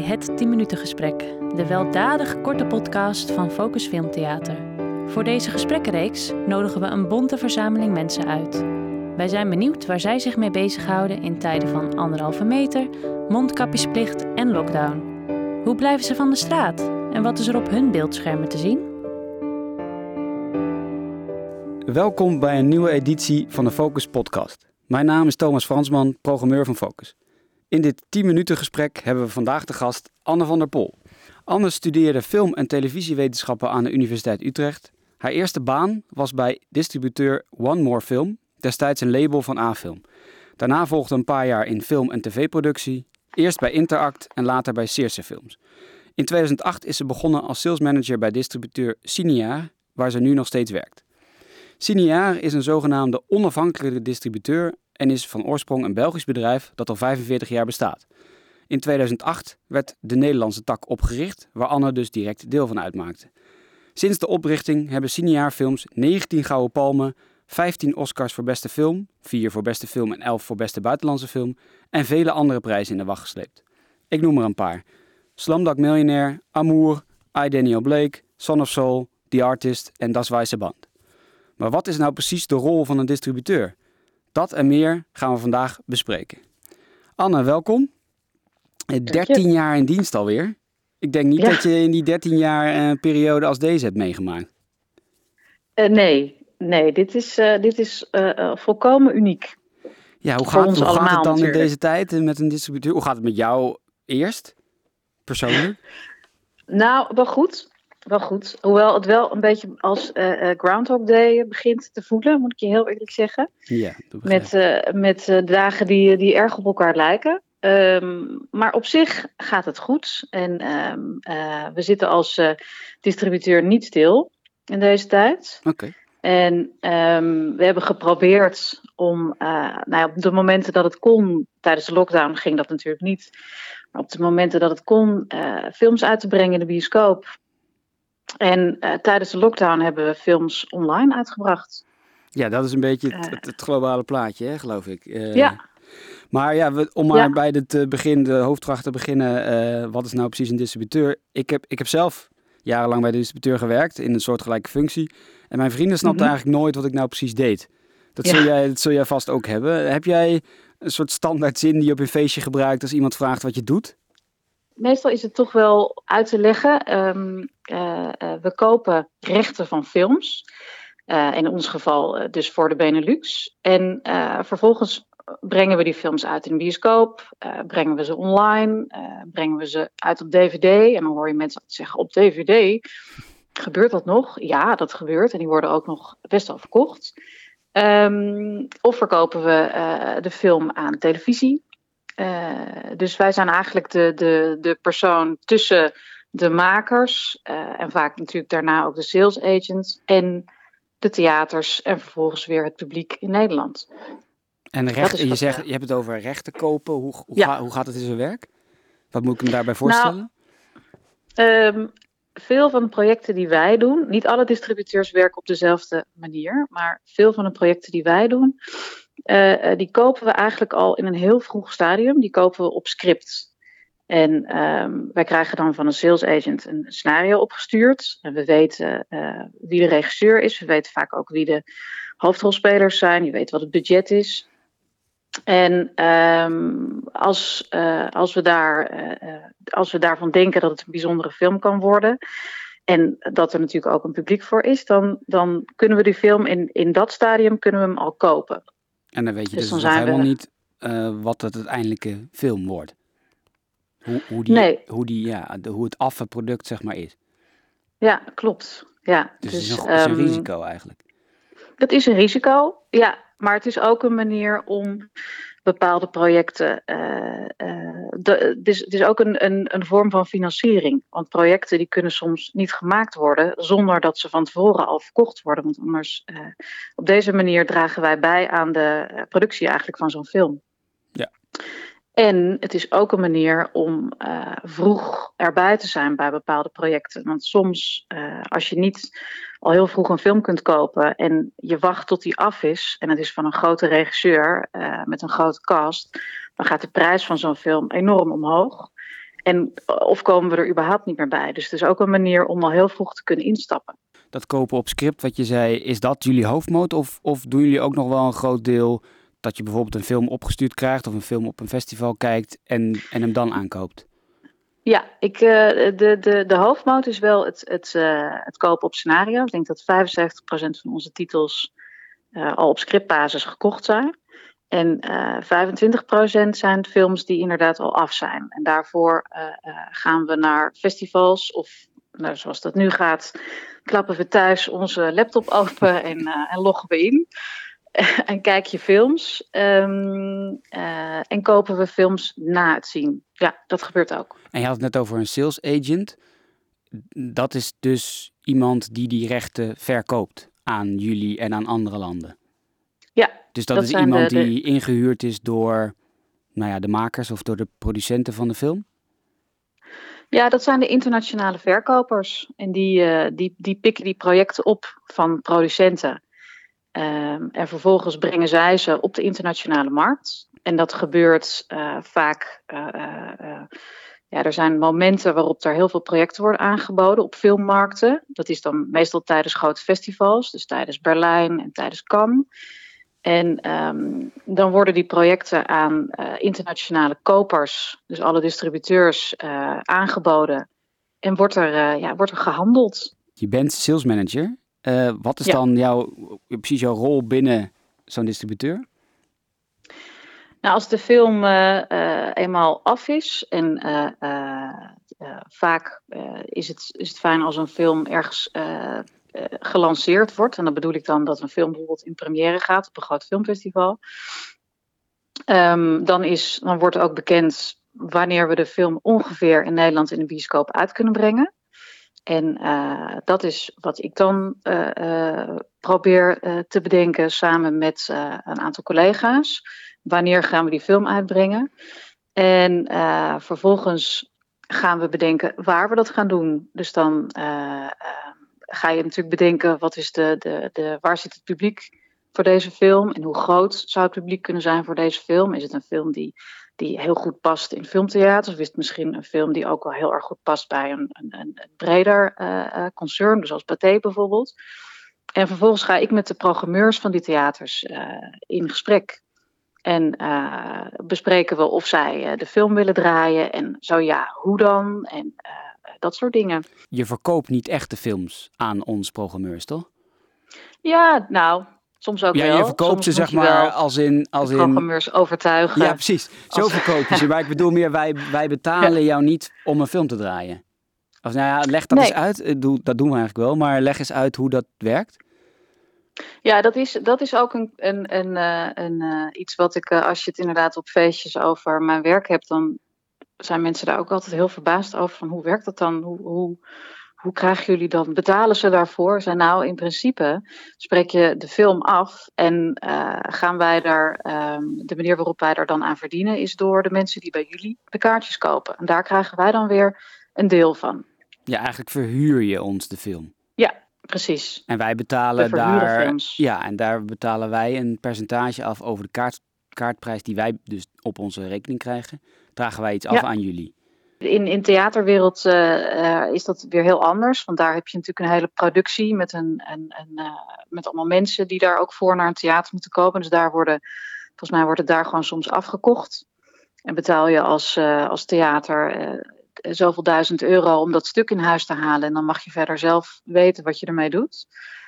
Het 10 minuten gesprek, de weldadig korte podcast van Focus Filmtheater. Voor deze gesprekkenreeks nodigen we een bonte verzameling mensen uit. Wij zijn benieuwd waar zij zich mee bezighouden in tijden van 1,5 meter, mondkapjesplicht en lockdown. Hoe blijven ze van de straat en wat is er op hun beeldschermen te zien? Welkom bij een nieuwe editie van de Focus podcast. Mijn naam is Thomas Fransman, programmeur van Focus. In dit 10 minuten gesprek hebben we vandaag de gast Anne van der Pol. Anne studeerde film- en televisiewetenschappen aan de Universiteit Utrecht. Haar eerste baan was bij distributeur One More Film, destijds een label van A-Film. Daarna volgde een paar jaar in film- en tv-productie, eerst bij Interact en later bij Searse Films. In 2008 is ze begonnen als salesmanager bij distributeur Cinear, waar ze nu nog steeds werkt. Cinear is een zogenaamde onafhankelijke distributeur en is van oorsprong een Belgisch bedrijf dat al 45 jaar bestaat. In 2008 werd de Nederlandse tak opgericht, waar Anne dus direct deel van uitmaakte. Sinds de oprichting hebben Cinear Films 19 gouden palmen, 15 Oscars voor beste film, 4 voor beste film en 11 voor beste buitenlandse film en vele andere prijzen in de wacht gesleept. Ik noem er een paar. Slumdog Millionaire, Amour, I, Daniel Blake, Son of Soul, The Artist en Das Weiße Band. Maar wat is nou precies de rol van een distributeur? Dat en meer gaan we vandaag bespreken. Anne, welkom. 13 jaar in dienst alweer. Ik denk niet dat je in die 13 jaar een periode als deze hebt meegemaakt. Nee, dit is volkomen uniek. Ja, hoe gaat het dan natuurlijk in deze tijd met een distributeur? Hoe gaat het met jou eerst, persoonlijk? Nou, wel goed. Hoewel het wel een beetje als Groundhog Day begint te voelen, moet ik je heel eerlijk zeggen. Ja, met dagen die erg op elkaar lijken. Maar op zich gaat het goed. En we zitten als distributeur niet stil in deze tijd. Oké. En we hebben geprobeerd om, op de momenten dat het kon, tijdens de lockdown ging dat natuurlijk niet. Maar op de momenten dat het kon, films uit te brengen in de bioscoop. En tijdens de lockdown hebben we films online uitgebracht. Ja, dat is een beetje het globale plaatje, hè, geloof ik. Ja. Maar ja, bij de hoofdvraag te beginnen, wat is nou precies een distributeur? Ik heb zelf jarenlang bij de distributeur gewerkt in een soortgelijke functie. En mijn vrienden snapten eigenlijk nooit wat ik nou precies deed. Dat zul jij vast ook hebben. Heb jij een soort standaard zin die je op een feestje gebruikt als iemand vraagt wat je doet? Meestal is het toch wel uit te leggen. We kopen rechten van films. In ons geval dus voor de Benelux. En vervolgens brengen we die films uit in de bioscoop. Brengen we ze online. Brengen we ze uit op DVD. En dan hoor je mensen zeggen, op DVD, gebeurt dat nog? Ja, dat gebeurt. En die worden ook nog best wel verkocht. Of verkopen we de film aan televisie. Dus wij zijn eigenlijk de persoon tussen de makers en vaak natuurlijk daarna ook de sales agents en de theaters en vervolgens weer het publiek in Nederland. En je hebt het over rechten kopen. Hoe gaat het in zijn werk? Wat moet ik me daarbij voorstellen? Veel van de projecten die wij doen, niet alle distributeurs werken op dezelfde manier, maar veel van de projecten die wij doen, die kopen we eigenlijk al in een heel vroeg stadium. Die kopen we op script. En wij krijgen dan van een sales agent een scenario opgestuurd. En we weten wie de regisseur is. We weten vaak ook wie de hoofdrolspelers zijn. Je weet wat het budget is. En als we daarvan denken dat het een bijzondere film kan worden, en dat er natuurlijk ook een publiek voor is, dan kunnen we die film in dat stadium kunnen we hem al kopen. En dan weet je dus nog helemaal niet wat het uiteindelijke film wordt. Hoe het afvalproduct zeg maar is. Ja, klopt. Ja, dus het is een risico eigenlijk. Dat is een risico, ja. Maar het is ook een manier om bepaalde projecten. Het is ook een vorm van financiering. Want projecten die kunnen soms niet gemaakt worden zonder dat ze van tevoren al verkocht worden. Want anders, op deze manier dragen wij bij aan de productie eigenlijk van zo'n film. Ja. En het is ook een manier om vroeg erbij te zijn bij bepaalde projecten. Want soms, als je niet al heel vroeg een film kunt kopen en je wacht tot die af is, en het is van een grote regisseur met een grote cast, dan gaat de prijs van zo'n film enorm omhoog. Of komen we er überhaupt niet meer bij. Dus het is ook een manier om al heel vroeg te kunnen instappen. Dat kopen op script, wat je zei, is dat jullie hoofdmoot? Of doen jullie ook nog wel een groot deel dat je bijvoorbeeld een film opgestuurd krijgt of een film op een festival kijkt en hem dan aankoopt? Ja, de hoofdmoot is wel het kopen op scenario. Ik denk dat 75% van onze titels al op scriptbasis gekocht zijn. En 25% zijn films die inderdaad al af zijn. En daarvoor gaan we naar festivals of, zoals dat nu gaat, klappen we thuis onze laptop open en loggen we in. En kijk je films en kopen we films na het zien. Ja, dat gebeurt ook. En je had het net over een sales agent. Dat is dus iemand die rechten verkoopt aan jullie en aan andere landen. Ja. Dus dat is iemand die ingehuurd is door de makers of door de producenten van de film? Ja, dat zijn de internationale verkopers. En die pikken die projecten op van producenten. En vervolgens brengen zij ze op de internationale markt. En dat gebeurt vaak. Er zijn momenten waarop er heel veel projecten worden aangeboden op filmmarkten. Dat is dan meestal tijdens grote festivals, dus tijdens Berlijn en tijdens Cannes. En dan worden die projecten aan internationale kopers, dus alle distributeurs, aangeboden. En wordt er gehandeld. Je bent sales manager. Wat is dan precies jouw rol binnen zo'n distributeur? Nou, als de film eenmaal af is en vaak is het fijn als een film ergens gelanceerd wordt. En dan bedoel ik dan dat een film bijvoorbeeld in première gaat op een groot filmfestival. Dan wordt ook bekend wanneer we de film ongeveer in Nederland in de bioscoop uit kunnen brengen. En dat is wat ik dan probeer te bedenken samen met een aantal collega's. Wanneer gaan we die film uitbrengen? En vervolgens gaan we bedenken waar we dat gaan doen. Dus dan ga je natuurlijk bedenken waar zit het publiek voor deze film? En hoe groot zou het publiek kunnen zijn voor deze film? Is het een film die heel goed past in filmtheaters? Of is het misschien een film die ook wel heel erg goed past bij een breder concern, dus als Pathé bijvoorbeeld? En vervolgens ga ik met de programmeurs van die theaters in gesprek. En bespreken we of zij de film willen draaien en zo ja, hoe dan? En dat soort dingen. Je verkoopt niet echt de films aan ons programmeurs, toch? Ja, nou, soms ook wel. Ja, je verkoopt ze zeg maar als in programmeurs overtuigen. Ja, precies. Zo verkoop je ze. Maar ik bedoel meer, wij betalen jou niet om een film te draaien. Of leg dat eens uit. Dat doen we eigenlijk wel, maar leg eens uit hoe dat werkt. Ja, dat is ook iets wat ik, als je het inderdaad op feestjes over mijn werk hebt, dan zijn mensen daar ook altijd heel verbaasd over. Van hoe werkt dat dan? Hoe krijgen jullie dan? Betalen ze daarvoor? Nou, in principe spreek je de film af en gaan wij daar, de manier waarop wij daar dan aan verdienen, is door de mensen die bij jullie de kaartjes kopen. En daar krijgen wij dan weer een deel van. Ja, eigenlijk verhuur je ons de film. Ja, precies. En wij betalen daar. Films. Ja, en daar betalen wij een percentage af over de kaartprijs die wij dus op onze rekening krijgen. Dragen wij iets af aan jullie. In theaterwereld is dat weer heel anders. Want daar heb je natuurlijk een hele productie met met allemaal mensen die daar ook voor naar een theater moeten komen. Dus volgens mij wordt het daar gewoon soms afgekocht. En betaal je als theater zoveel €1000 om dat stuk in huis te halen. En dan mag je verder zelf weten wat je ermee doet.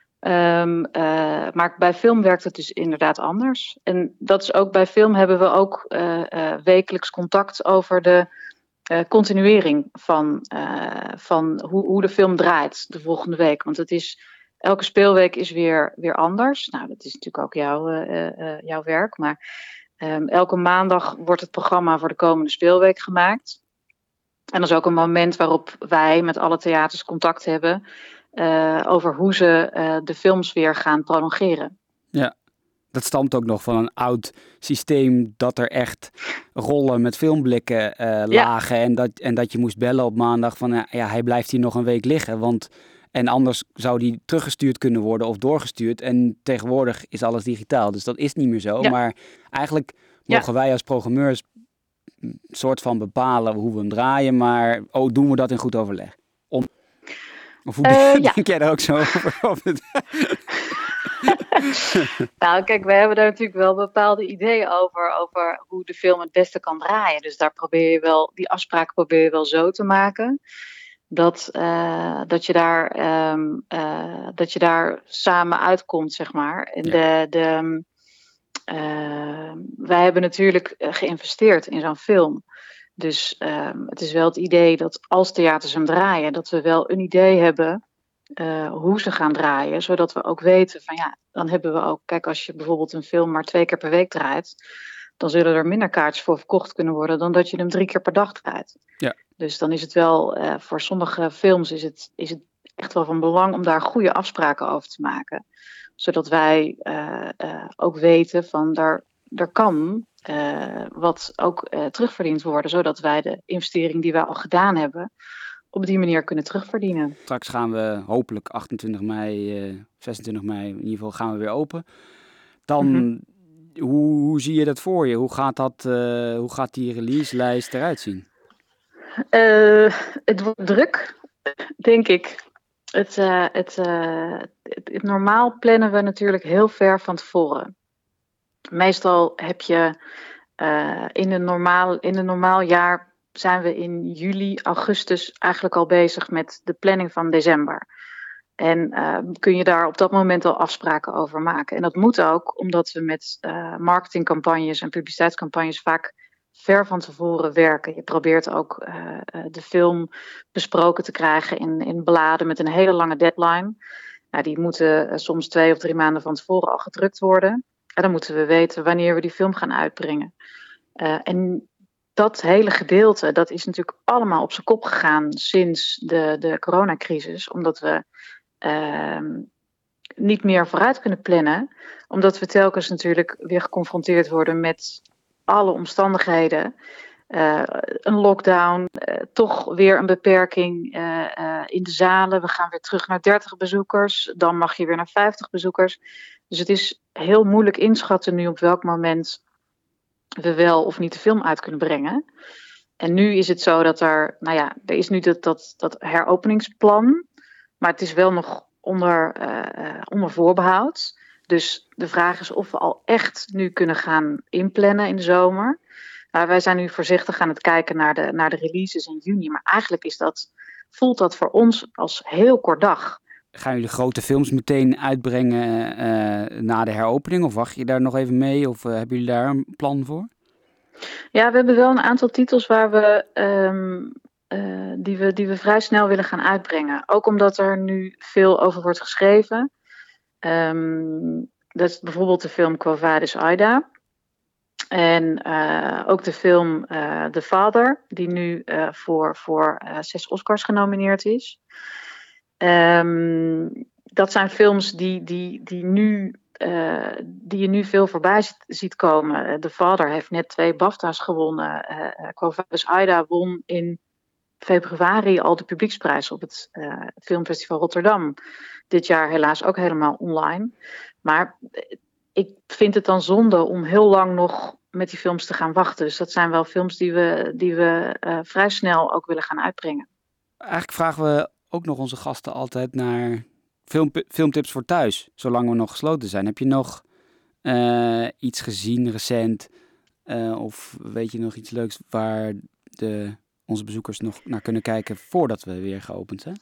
Maar bij film werkt het dus inderdaad anders. En dat is ook bij film hebben we ook wekelijks contact over de continuering van hoe de film draait de volgende week. Want elke speelweek is weer anders. Nou, dat is natuurlijk ook jouw werk. Maar elke maandag wordt het programma voor de komende speelweek gemaakt. En dat is ook een moment waarop wij met alle theaters contact hebben over hoe ze de films weer gaan prolongeren. Ja, dat stamt ook nog van een oud systeem dat er echt rollen met filmblikken lagen. En dat je moest bellen op maandag van hij blijft hier nog een week liggen. En anders zou die teruggestuurd kunnen worden of doorgestuurd. En tegenwoordig is alles digitaal, dus dat is niet meer zo. Ja. Maar eigenlijk mogen wij als programmeurs soort van bepalen hoe we hem draaien, maar doen we dat in goed overleg? Of hoe denk jij daar ook zo over? Nou, kijk, we hebben daar natuurlijk wel bepaalde ideeën over hoe de film het beste kan draaien. Dus daar die afspraken probeer je wel zo te maken dat je daar samen uitkomt, zeg maar. En wij hebben natuurlijk geïnvesteerd in zo'n film. Dus het is wel het idee dat als theaters hem draaien, dat we wel een idee hebben hoe ze gaan draaien. Zodat we ook weten van dan hebben we ook, kijk, als je bijvoorbeeld een film maar 2 keer per week draait, dan zullen er minder kaartjes voor verkocht kunnen worden dan dat je hem 3 keer per dag draait. Ja. Dus dan is het wel, voor sommige films is het echt wel van belang om daar goede afspraken over te maken. Zodat wij ook weten van daar kan wat ook terugverdiend worden. Zodat wij de investering die wij al gedaan hebben op die manier kunnen terugverdienen. Straks gaan we hopelijk 28 mei, 26 mei, in ieder geval gaan we weer open. Dan, hoe zie je dat voor je? Hoe gaat die releaselijst eruit zien? Het wordt druk, denk ik. Normaal plannen we natuurlijk heel ver van tevoren. Meestal heb je in een normaal jaar zijn we in juli, augustus eigenlijk al bezig met de planning van december. En kun je daar op dat moment al afspraken over maken. En dat moet ook, omdat we met marketingcampagnes en publiciteitscampagnes vaak ver van tevoren werken. Je probeert ook de film besproken te krijgen in bladen met een hele lange deadline. Nou, die moeten soms 2 of 3 maanden van tevoren al gedrukt worden. En dan moeten we weten wanneer we die film gaan uitbrengen. En dat hele gedeelte, dat is natuurlijk allemaal op zijn kop gegaan sinds de coronacrisis. Omdat we niet meer vooruit kunnen plannen. Omdat we telkens natuurlijk weer geconfronteerd worden met alle omstandigheden. Een lockdown, toch weer een beperking in de zalen. We gaan weer terug naar 30 bezoekers. Dan mag je weer naar 50 bezoekers. Dus het is heel moeilijk inschatten nu op welk moment we wel of niet de film uit kunnen brengen. En nu is het zo dat er is nu dat heropeningsplan. Maar het is wel nog onder voorbehoud. Dus de vraag is of we al echt nu kunnen gaan inplannen in de zomer. Wij zijn nu voorzichtig aan het kijken naar de releases in juni. Maar eigenlijk voelt dat voor ons als heel kort dag. Gaan jullie grote films meteen uitbrengen na de heropening? Of wacht je daar nog even mee? Of hebben jullie daar een plan voor? Ja, we hebben wel een aantal titels waar we die we vrij snel willen gaan uitbrengen. Ook omdat er nu veel over wordt geschreven. Dat is bijvoorbeeld de film Quo Vadis Aida. En ook de film The Father, die nu voor 6 Oscars genomineerd is. Dat zijn films die je nu veel voorbij ziet komen. The Father heeft net 2 BAFTA's gewonnen. Quo Vadis Aida won in februari al de publieksprijs op het Filmfestival Rotterdam. Dit jaar helaas ook helemaal online. Maar ik vind het dan zonde om heel lang nog met die films te gaan wachten. Dus dat zijn wel films die we vrij snel ook willen gaan uitbrengen. Eigenlijk vragen we ook nog onze gasten altijd naar filmtips voor thuis, zolang we nog gesloten zijn. Heb je nog iets gezien recent? Of weet je nog iets leuks waar onze bezoekers nog naar kunnen kijken voordat we weer geopend zijn?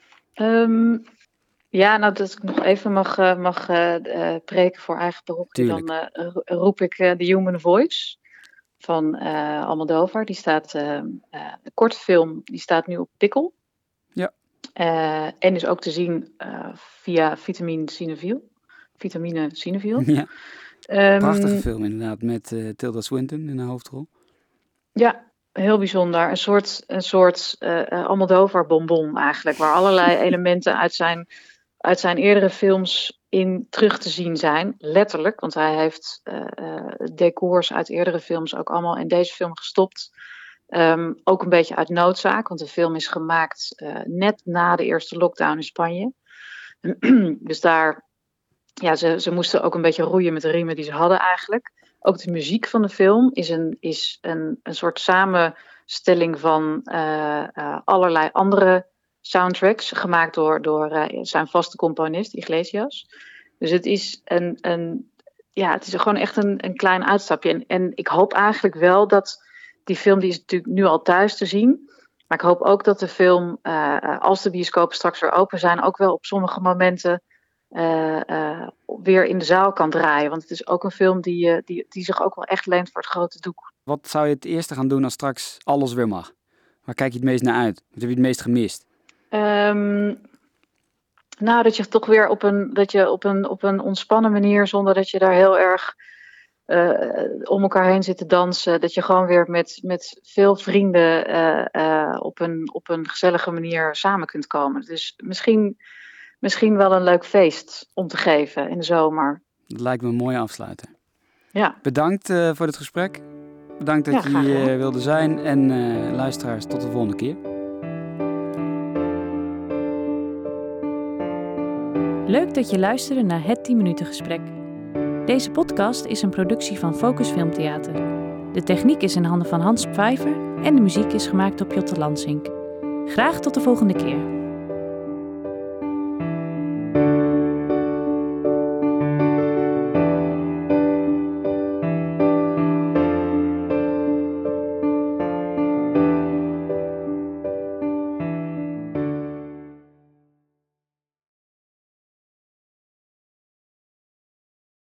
Dat ik nog even mag preken voor eigen parochie. Dan roep ik The Human Voice van Almodovar. Die staat, de korte film, die staat nu op Pikkel. Ja. En is ook te zien via Vitamine Cineviel. Ja. Prachtige film inderdaad, met Tilda Swinton in de hoofdrol. Ja, heel bijzonder. Een soort Almodovar bonbon eigenlijk, waar allerlei elementen uit zijn eerdere films in terug te zien zijn. Letterlijk, want hij heeft decors uit eerdere films ook allemaal in deze film gestopt. Ook een beetje uit noodzaak, want de film is gemaakt net na de eerste lockdown in Spanje. Dus daar, ze moesten ook een beetje roeien met de riemen die ze hadden eigenlijk. Ook de muziek van de film is een soort samenstelling van allerlei andere soundtracks, gemaakt door zijn vaste componist, Iglesias. Dus het is het is gewoon echt een klein uitstapje. En ik hoop eigenlijk wel dat die film, die is natuurlijk nu al thuis te zien. Maar ik hoop ook dat de film, als de bioscopen straks weer open zijn, ook wel op sommige momenten weer in de zaal kan draaien. Want het is ook een film die zich ook wel echt leent voor het grote doek. Wat zou je het eerste gaan doen als straks alles weer mag? Waar kijk je het meest naar uit? Wat heb je het meest gemist? Dat je toch weer op een ontspannen manier, zonder dat je daar heel erg om elkaar heen zit te dansen, dat je gewoon weer met veel vrienden op een gezellige manier samen kunt komen. Dus misschien wel een leuk feest om te geven in de zomer. Dat lijkt me een mooie afsluiter. Ja. Bedankt voor het gesprek. Bedankt dat je hier wilde zijn. En luisteraars, tot de volgende keer. Leuk dat je luisterde naar het 10 minuten gesprek. Deze podcast is een productie van Focus Filmtheater. De techniek is in handen van Hans Pfeiffer en de muziek is gemaakt door Piotr Lansink. Graag tot de volgende keer.